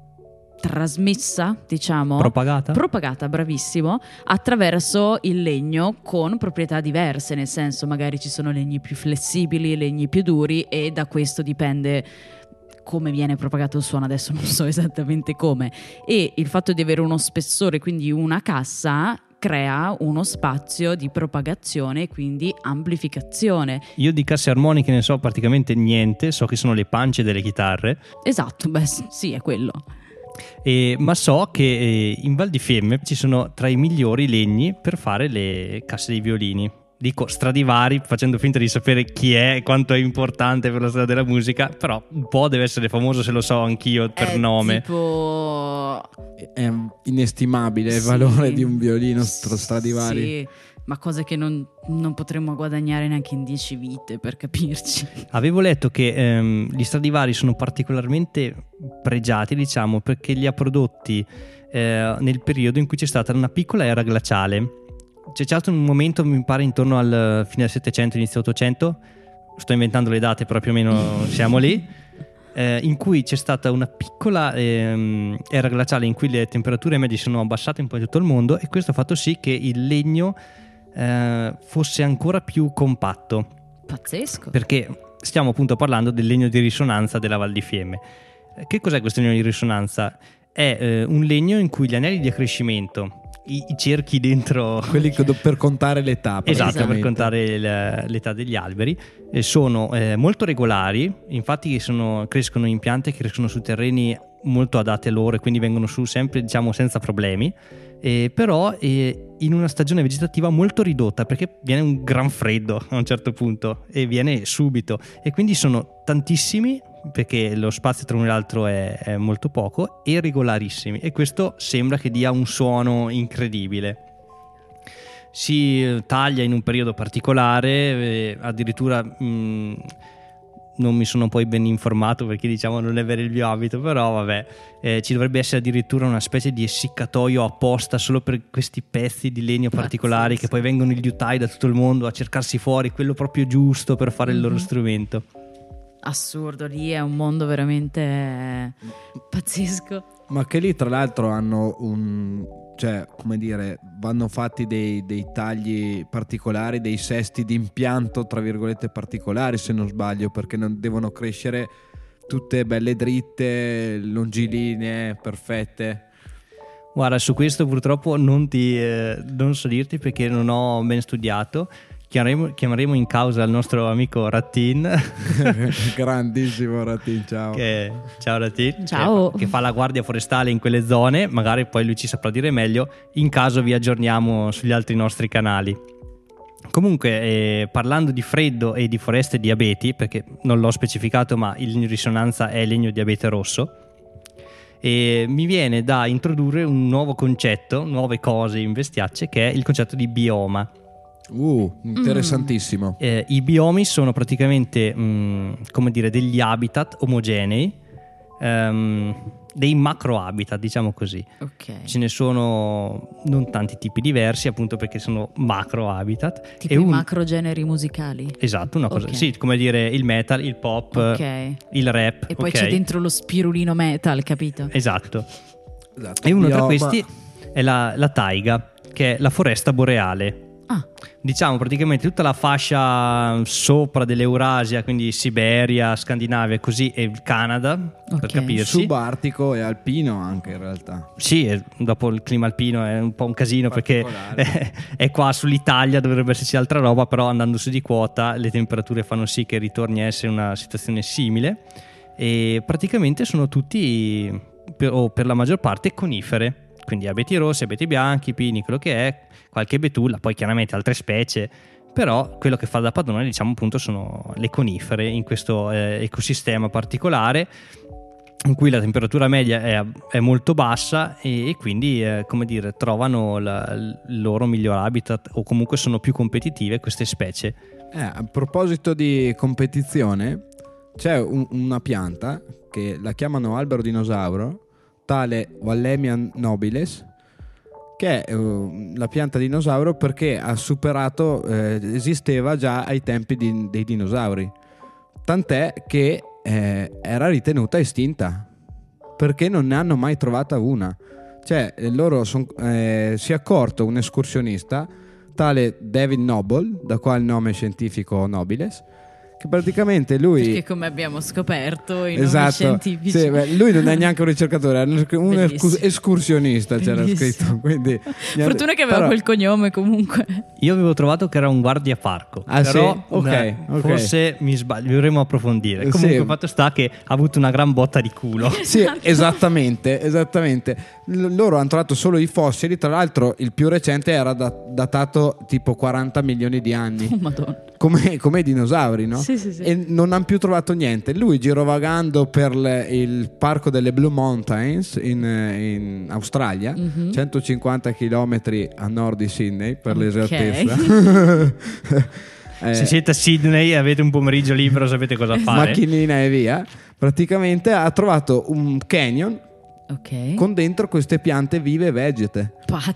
trasmessa, diciamo, propagata? propagata, bravissimo, attraverso il legno con proprietà diverse, nel senso magari ci sono legni più flessibili, legni più duri, e da questo dipende come viene propagato il suono. Adesso non so esattamente come, e il fatto di avere uno spessore, quindi una cassa, crea uno spazio di propagazione e quindi amplificazione. Io di casse armoniche ne so praticamente niente, so che sono le pance delle chitarre. Esatto, beh sì, è quello. E, ma so che eh, in Val di Fiemme ci sono tra i migliori legni per fare le casse dei violini. Dico Stradivari facendo finta di sapere chi è e quanto è importante per la storia della musica, però un po' deve essere famoso, se lo so anch'io per È nome. tipo... È inestimabile il Sì. valore di un violino stro- Stradivari. Sì, ma cose che non, non potremmo guadagnare neanche in dieci vite, per capirci. Avevo letto che ehm, gli Stradivari sono particolarmente pregiati, diciamo, perché li ha prodotti eh, nel periodo in cui c'è stata una piccola era glaciale. C'è stato un momento, mi pare intorno al fine del Settecento, inizio Ottocento, sto inventando le date, però più o meno siamo lì, eh, in cui c'è stata una piccola ehm, era glaciale in cui le temperature medie sono abbassate un po' in tutto il mondo, e questo ha fatto sì che il legno eh, fosse ancora più compatto, Pazzesco. perché stiamo appunto parlando del legno di risonanza della Val di Fiemme. Eh, Che cos'è questo legno di risonanza? È eh, un legno in cui gli anelli di accrescimento, i, i cerchi dentro, Quelli che do- per contare l'età. esatto, per praticamente. contare il- l'età degli alberi, eh, sono eh, molto regolari, infatti sono, crescono in piante che crescono su terreni molto adatti a loro, e quindi vengono su sempre, diciamo, senza problemi, eh, però eh, in una stagione vegetativa molto ridotta, perché viene un gran freddo a un certo punto e viene subito, e quindi sono tantissimi perché lo spazio tra uno e l'altro è, è molto poco, e regolarissimi, e questo sembra che dia un suono incredibile. Si taglia in un periodo particolare, eh, addirittura mh, non mi sono poi ben informato perché diciamo non è vero il mio abito, però vabbè, eh, ci dovrebbe essere addirittura una specie di essiccatoio apposta solo per questi pezzi di legno particolari, che poi vengono i liutai da tutto il mondo a cercarsi fuori quello proprio giusto per fare il loro Mhm. strumento. Assurdo, lì è un mondo veramente pazzesco. Ma che lì tra l'altro hanno un, cioè, come dire, vanno fatti dei, dei tagli particolari, dei sesti di impianto, tra virgolette, particolari, se non sbaglio, perché non devono crescere tutte belle dritte, longilinee, perfette. Guarda, su questo purtroppo non ti eh, non so dirti perché non ho ben studiato. Chiameremo, chiameremo in causa il nostro amico Rattin. Grandissimo Rattin, ciao. Che, ciao Rattin. Ciao. Che, che fa la guardia forestale in quelle zone. Magari poi lui ci saprà dire meglio. In caso vi aggiorniamo sugli altri nostri canali. Comunque, eh, parlando di freddo e di foreste e di abeti, perché non l'ho specificato, ma il legno di risonanza è legno di abete rosso. E mi viene da introdurre un nuovo concetto, nuove cose in bestiacce, che è il concetto di bioma. Uh, interessantissimo. Mm. Eh, I biomi sono praticamente, mh, come dire, degli habitat omogenei, um, dei macro habitat, diciamo così. Ok. Ce ne sono non tanti tipi diversi, appunto perché sono macro habitat. Tipo e i un... macro generi musicali. Esatto, una cosa, Ok. sì, come dire il metal, il pop, Ok. il rap. E poi ok? c'è dentro lo spirulino metal, capito? Esatto. Esatto. E uno tra Bioma. questi è la, la taiga, che è la foresta boreale. Ah, Diciamo praticamente tutta la fascia sopra dell'Eurasia, quindi Siberia, Scandinavia, così, e il Canada, per Ok. capirsi. Subartico e alpino anche in realtà. Sì, e dopo il clima alpino è un po' un casino perché Particolare. è, è qua sull'Italia, dovrebbe esserci altra roba, però andando su di quota le temperature fanno sì che ritorni a essere una situazione simile, e praticamente sono tutti, per, o per la maggior parte, conifere, quindi abeti rossi, abeti bianchi, pini, quello che è, qualche betulla, poi chiaramente altre specie, però quello che fa da padrone, diciamo, appunto, sono le conifere in questo eh, ecosistema particolare in cui la temperatura media è, è molto bassa e, e quindi eh, come dire, trovano la, il loro miglior habitat, o comunque sono più competitive queste specie. Eh, a proposito di competizione, c'è un- una pianta che la chiamano albero dinosauro, tale Wallemia nobiles, che è uh, la pianta dinosauro perché ha superato, eh, esisteva già ai tempi di- dei dinosauri, tant'è che eh, era ritenuta estinta perché non ne hanno mai trovata una. Cioè, eh, loro son, eh, si è accorto un escursionista, tale David Noble, da qua il nome scientifico Nobiles, che praticamente lui... perché come abbiamo scoperto i nomi Esatto, scientifici. sì, beh, lui non è neanche un ricercatore, è un escu- un Bellissimo. escu- escursionista, c'era Bellissimo. scritto. Quindi, Fortuna che aveva però- quel cognome comunque. Io avevo trovato che era un guardiaparco, Ah, però sì? Ok, eh, ok. forse mi sbaglio, dovremmo approfondire. Eh, Comunque sì. il fatto sta che ha avuto una gran botta di culo. Sì, esattamente, esattamente. L- loro hanno trovato solo i fossili, tra l'altro il più recente era da- datato tipo quaranta milioni di anni, Oh madonna. come, come i dinosauri, no? Sì, sì, sì. E non hanno più trovato niente. Lui, girovagando per le- il parco delle Blue Mountains in, in Australia, Mhm. centocinquanta chilometri a nord di Sydney per Ok. l'esattezza. Eh, Se siete a Sydney e avete un pomeriggio libero, sapete cosa fare. macchinina e via. Praticamente ha trovato un canyon Ok. con dentro queste piante vive e vegete.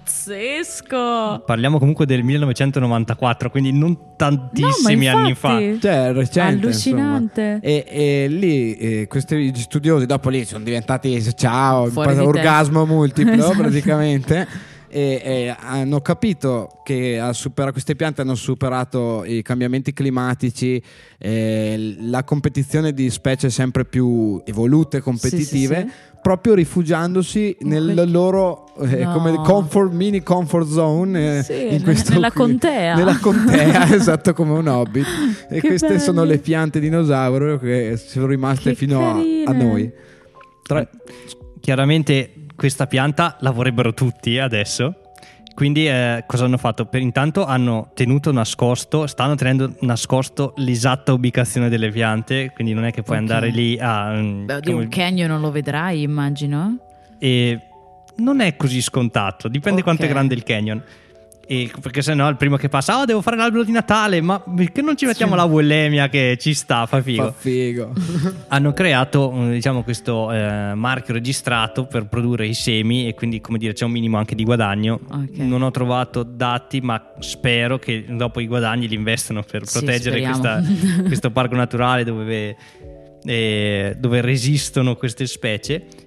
Pazzesco. Parliamo comunque del millenovecentonovantaquattro, quindi non tantissimi No, ma anni fa. infatti. Cioè, è recente, Allucinante. insomma. E, e lì eh, questi studiosi dopo lì sono diventati ciao, Fuori di orgasmo multiplo Esatto. praticamente. E, e hanno capito che ha supera- queste piante hanno superato i cambiamenti climatici, eh, la competizione di specie sempre più evolute, competitive, Sì, sì, proprio rifugiandosi nel quel- loro eh, No. come comfort, mini comfort zone, eh, Sì, in questo nella qui- contea. nella contea, esatto, come un hobbit. E Che queste belli. sono le piante dinosauro che sono rimaste Che fino a, carine. a noi. Tra- Chiaramente questa pianta la vorrebbero tutti adesso. Quindi eh, cosa hanno fatto? Per intanto hanno tenuto nascosto, stanno tenendo nascosto l'esatta ubicazione delle piante, quindi non è che puoi Ok. andare lì a... mm, Beh, oddio, come- un canyon non lo vedrai, immagino. E non è così scontato, dipende Ok. quanto è grande il canyon. E perché se no il primo che passa, oh devo fare l'albero di Natale, ma perché non ci mettiamo la Wallemia che ci sta, fa figo. Fa figo. Hanno creato eh, diciamo questo eh, marchio registrato per produrre i semi, e quindi, come dire, c'è un minimo anche di guadagno. Ok. Non ho trovato dati, ma spero che dopo i guadagni li investano per Sì, proteggere speriamo. questa- questo parco naturale dove, eh, dove resistono queste specie.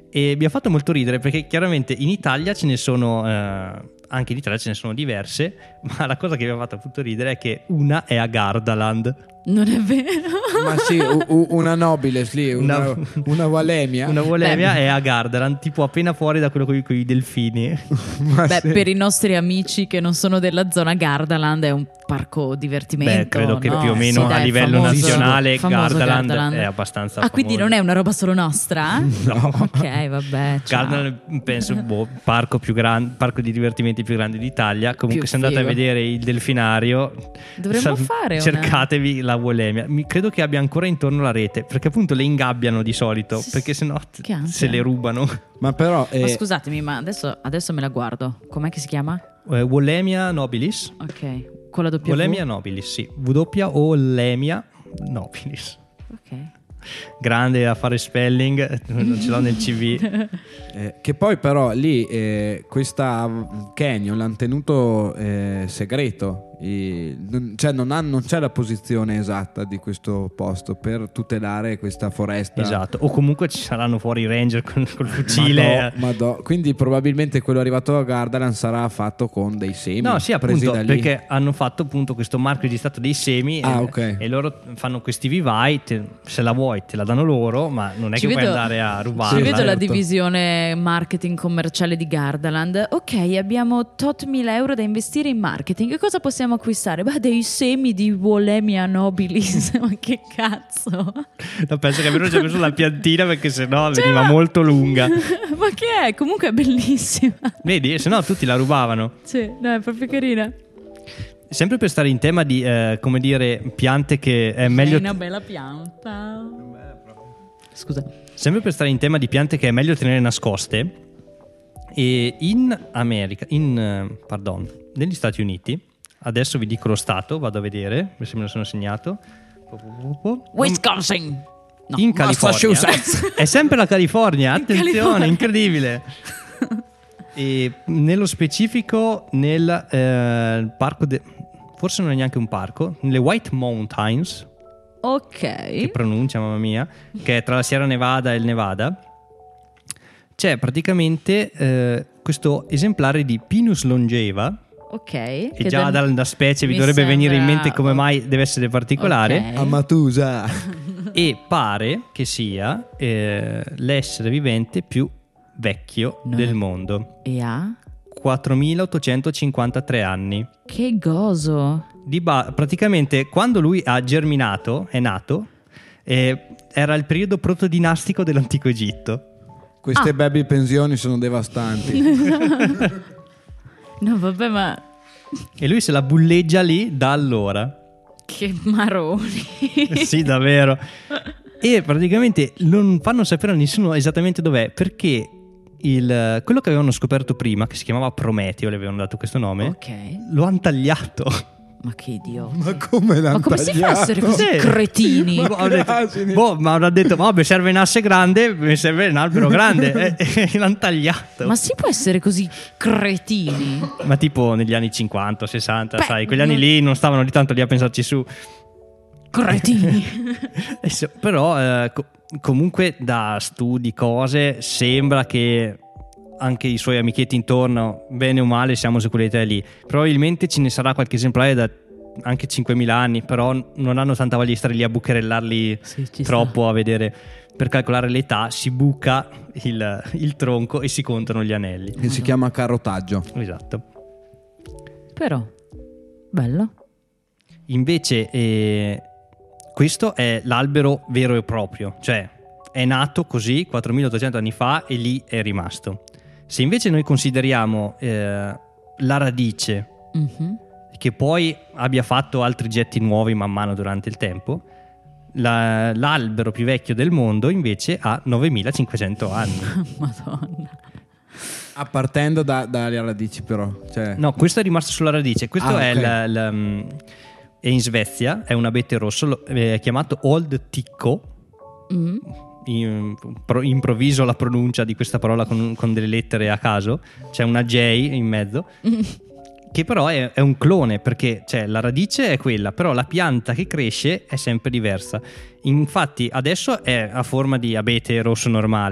E mi ha fatto molto ridere perché chiaramente in Italia ce ne sono, eh, anche in Italia ce ne sono diverse, ma la cosa che mi ha fatto appunto ridere è che una è a Gardaland. Non è vero? Ma sì, u- u- una Nobiles lì, una, Una- una Valemia. Una Volemia Beh. è a Gardaland, tipo appena fuori da quello con i delfini. Ma Beh, sì. per i nostri amici che non sono della zona, Gardaland è un parco divertimento. Beh, credo che no? più o meno Sì, dai, a livello famoso. nazionale Famoso Gardaland, Gardaland. è abbastanza Ah, quindi famoso. non è una roba solo nostra? No. Ok, vabbè. Ciao. Gardaland, penso, boh, parco più grande, parco di divertimenti più grande d'Italia. Comunque, Più se andate a figo. vedere il delfinario, Dovremmo sa- fare una- cercatevi la Volemia. Mi, credo che abbia ancora intorno la rete, perché appunto le ingabbiano di solito, Sì, perché sennò t- che ansia. se le rubano. Ma però eh, Ma scusatemi, ma adesso, adesso me la guardo. Com'è che si chiama? Eh, Volemia nobilis. Ok, con la doppia Volemia V? nobilis, sì. W o Lemia nobilis. Ok. Grande a fare spelling, non ce l'ho nel C V. eh, che poi però lì eh, questa canyon l'hanno tenuto eh, segreto. I- non, cioè non, ha- non c'è la posizione esatta di questo posto per tutelare questa foresta. Esatto, o comunque ci saranno fuori i ranger con, col fucile. Madò, madò. Quindi probabilmente quello arrivato a Gardaland sarà fatto con dei semi No, sì, presi appunto, da lì. perché hanno fatto appunto questo marchio di stato dei semi Ah, e, ok. e loro fanno questi vivai, te- se la vuoi te la danno loro, ma non è Ci che vedo- puoi andare a Ci rubarla. Sì, vedo la certo. divisione marketing commerciale di Gardaland. Ok, abbiamo tot mila euro da investire in marketing. Cosa possiamo acquistare? Beh, dei semi di Volemia nobilis. Ma che cazzo? No, penso che almeno ci ha messo la piantina perché sennò Cioè, veniva ma- molto lunga. Ma che è? Comunque è bellissima. Vedi, sennò tutti la rubavano. Sì, no, è proprio carina. Sempre per stare in tema di, eh, come dire, piante che è È meglio... una bella pianta. Scusa. Sempre per stare in tema di piante che è meglio tenere nascoste, e in America, in, eh, pardon, negli Stati Uniti, adesso vi dico lo stato, vado a vedere, se me lo sono segnato. Wisconsin. No. In California. Massachusetts. È sempre la California, In attenzione, California. incredibile. E nello specifico nel eh, parco, de- forse non è neanche un parco, nelle White Mountains, che Ok. pronuncia, mamma mia, che è tra la Sierra Nevada e il Nevada, c'è praticamente eh, questo esemplare di Pinus longeva, Ok. e che già da- dalla specie vi mi dovrebbe venire in sembra- mente come mai deve essere particolare. Ok. Amatusa. E pare che sia eh, l'essere vivente più vecchio No. del mondo, E ha? quattromilaottocentocinquantatré anni. Che gozo. Di ba- praticamente quando lui ha germinato, è nato, eh, era il periodo protodinastico dell'antico Egitto. Queste Ah. baby pensioni sono devastanti. No, vabbè, ma E lui se la bulleggia lì da allora. che maroni. Sì, davvero. E praticamente non fanno sapere a nessuno esattamente dov'è, perché il, quello che avevano scoperto prima, che si chiamava Prometeo, le avevano dato questo nome, Ok. lo hanno tagliato. Ma che idiota. Ma come l'hanno Ma come si fa a essere tagliato? così Sì. cretini? Boh, ho detto, asini. boh, ma avrà detto, vabbè, serve un asse grande, mi serve un albero grande. E, e l'hanno tagliato. Ma si può essere così cretini? Ma tipo negli anni cinquanta, sessanta, Beh, sai, quegli anni non- lì non stavano di tanto lì a pensarci su. Cretini. E so- Però eh, co- comunque da studi, cose, sembra che anche i suoi amichetti intorno, bene o male, siamo su quell'età lì. Probabilmente ce ne sarà qualche esemplare da anche cinquemila anni, però non hanno tanta voglia di stare lì a bucherellarli Sì, ci troppo a vedere. Per calcolare l'età si buca il, il tronco e si contano gli anelli. Che si chiama carrotaggio. Esatto. Però, bello. Invece eh, questo è l'albero vero e proprio, cioè è nato così quattromilaottocento anni fa e lì è rimasto. Se invece noi consideriamo eh, la radice, Mhm. che poi abbia fatto altri getti nuovi man mano durante il tempo, la- l'albero più vecchio del mondo invece ha novemilacinquecento anni. Madonna. Ah, partendo da- dalle radici però. Cioè, No, questo è rimasto sulla radice. Questo Ah, è, ok. la- la- mm, è in Svezia, è un abete rosso, lo- è chiamato Old Ticco. Mm. In- pro- improvviso la pronuncia di questa parola con, con delle lettere a caso, c'è una J in mezzo, che però è, è un clone, perché cioè, la radice è quella, però la pianta che cresce è sempre diversa. Infatti adesso è a forma di abete rosso normale,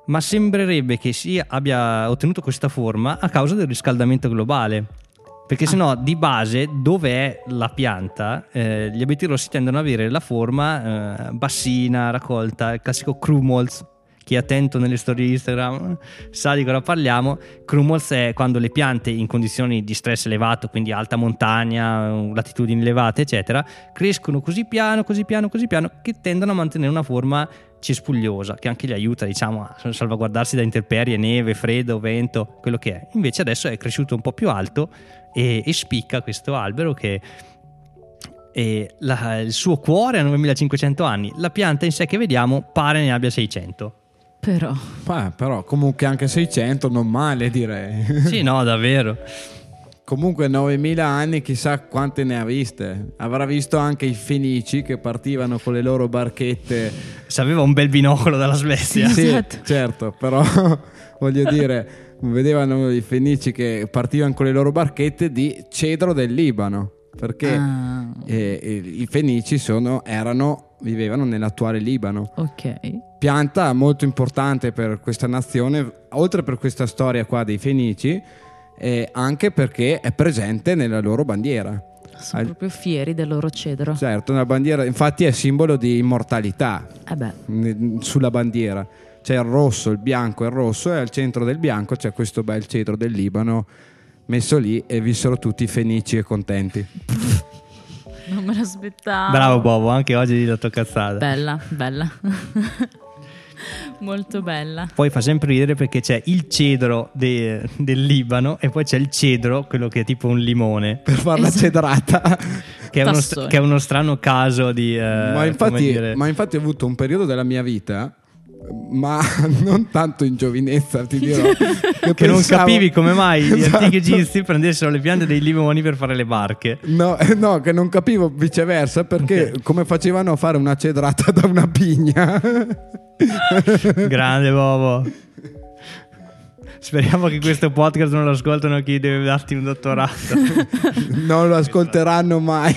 ma sembrerebbe che si abbia ottenuto questa forma a causa del riscaldamento globale. Perché sennò di base dove è la pianta eh, gli abeti rossi tendono ad avere la forma eh, bassina, raccolta, il classico crumolz. Chi è attento nelle storie Instagram sa di cosa parliamo. Crumolz è quando le piante in condizioni di stress elevato, quindi alta montagna, latitudini elevate eccetera, crescono così piano, così piano, così piano che tendono a mantenere una forma cespugliosa, che anche gli aiuta, diciamo, a salvaguardarsi da intemperie, neve, freddo, vento, quello che è. Invece adesso è cresciuto un po' più alto e, e spicca questo albero che e la, il suo cuore ha novemilacinquecento anni, la pianta in sé che vediamo pare ne abbia seicento. Però Beh, però comunque anche seicento non male, direi. Sì, no, davvero. Comunque novemila anni, chissà quante ne ha viste. Avrà visto anche i fenici che partivano con le loro barchette. Sapeva un bel binocolo dalla Svezia. Sì, Esatto. certo, però voglio dire, vedevano i fenici che partivano con le loro barchette di cedro del Libano, perché Ah. eh, eh, i fenici sono, erano, vivevano nell'attuale Libano. Ok. Pianta molto importante per questa nazione, oltre per questa storia qua dei fenici, eh, anche perché è presente nella loro bandiera. Sono Al- proprio fieri del loro cedro. Certo, una bandiera, infatti è simbolo di immortalità Eh beh, n- sulla bandiera. C'è il rosso, il bianco e il rosso, e al centro del bianco c'è questo bel cedro del Libano messo lì, e vissero tutti felici e contenti. non me l'aspettavo. Bravo Bobo, anche oggi gli ho dato cazzata. Bella, bella. Molto bella. Poi fa sempre ridere perché c'è il cedro de- del Libano e poi c'è il cedro, quello che è tipo un limone, Per far la Esatto. cedrata. che è, uno, Tassone. che è uno strano caso di... eh, ma, come infatti, dire- ma infatti ho avuto un periodo della mia vita, ma non tanto in giovinezza, ti dirò, che, che non pensavo- capivi come mai gli Esatto. antichi egizi prendessero le piante dei limoni per fare le barche. No, eh, no, che non capivo viceversa, perché Ok. come facevano a fare una cedrata da una pigna. Grande Bobo. Speriamo che questo podcast non lo ascoltano chi deve darti un dottorato. Non lo ascolteranno mai.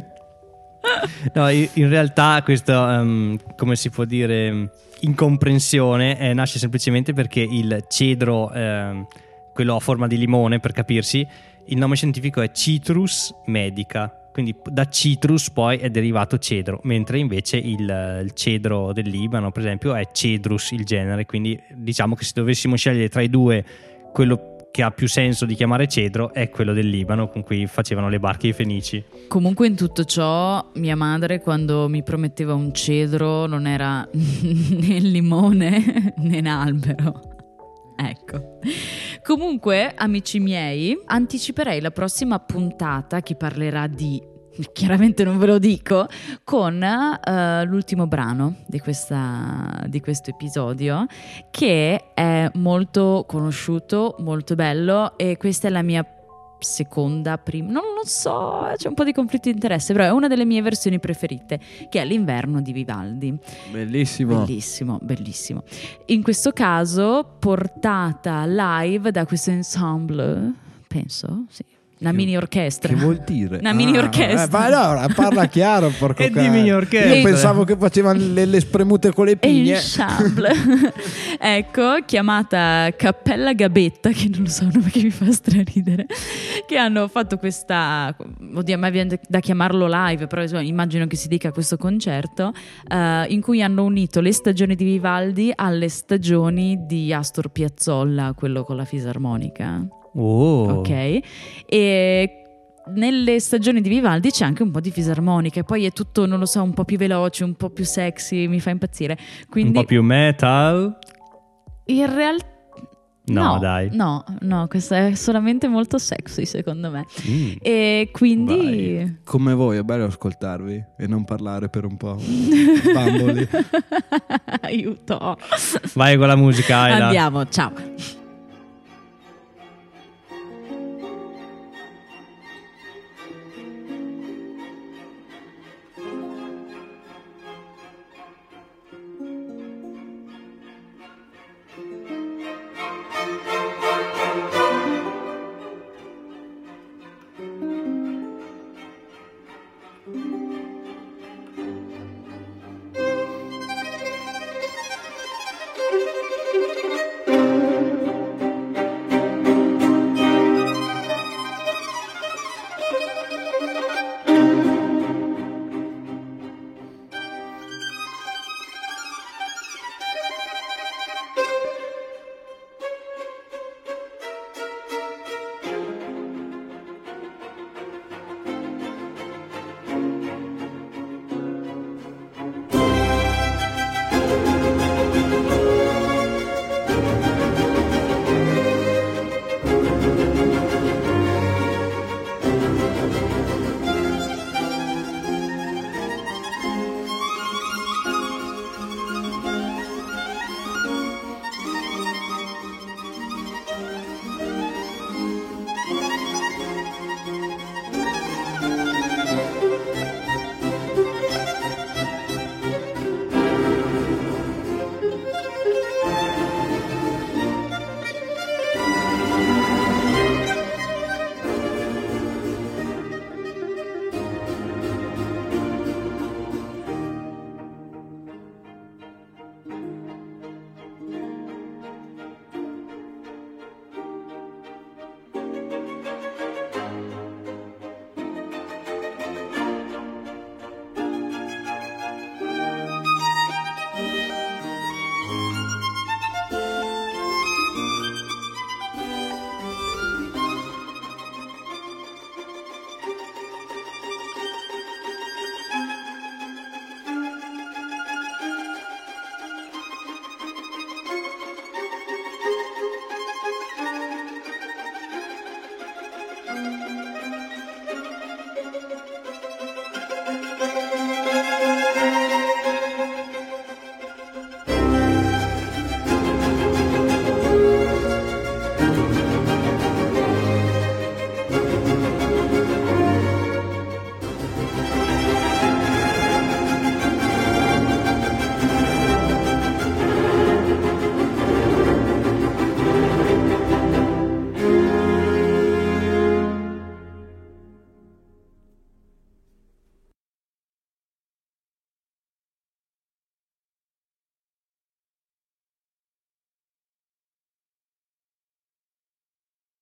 No, in in realtà questa, ehm, come si può dire, incomprensione eh, nasce semplicemente perché il cedro, ehm, quello a forma di limone per capirsi, il nome scientifico è Citrus medica, quindi da citrus poi è derivato cedro, mentre invece il, il cedro del Libano per esempio è Cedrus il genere, quindi diciamo che se dovessimo scegliere tra i due quello che ha più senso di chiamare cedro è quello del Libano con cui facevano le barche i fenici. Comunque in tutto ciò mia madre quando mi prometteva un cedro non era né il limone né un albero. Ecco. Comunque, amici miei, anticiperei la prossima puntata che parlerà di, chiaramente non ve lo dico, con eh, l'ultimo brano di, questa, di questo episodio, che è molto conosciuto, molto bello, e questa è la mia seconda, prima, non lo so, c'è un po' di conflitto di interesse, però è una delle mie versioni preferite, che è L'inverno di Vivaldi. Bellissimo. Bellissimo, bellissimo. In questo caso portata live da questo ensemble, penso, sì, una Che- mini orchestra. Che vuol dire? Una mini Ah, orchestra. eh, ma allora parla chiaro, porco E cane. dimmi orchestra. Io pensavo che facevano le, le spremute con le pigne. Ensemble. Ecco, chiamata Cappella Gabetta, che non lo so, un nome che mi fa straridere, che hanno fatto questa, oddio, a me viene da chiamarlo live, però insomma, immagino che si dica questo concerto, eh, in cui hanno unito le stagioni di Vivaldi alle stagioni di Astor Piazzolla, quello con la fisarmonica. Oh. Ok, e nelle stagioni di Vivaldi c'è anche un po' di fisarmonica, e poi è tutto, non lo so, un po' più veloce, un po' più sexy, mi fa impazzire. Quindi Un po' più metal. in realtà No, dai. no, no, questo è solamente molto sexy secondo me. Mm. E quindi Come voi, è bello ascoltarvi e non parlare per un po'. Bamboli. aiuto. Vai con la musica, Ayla. Andiamo, ciao.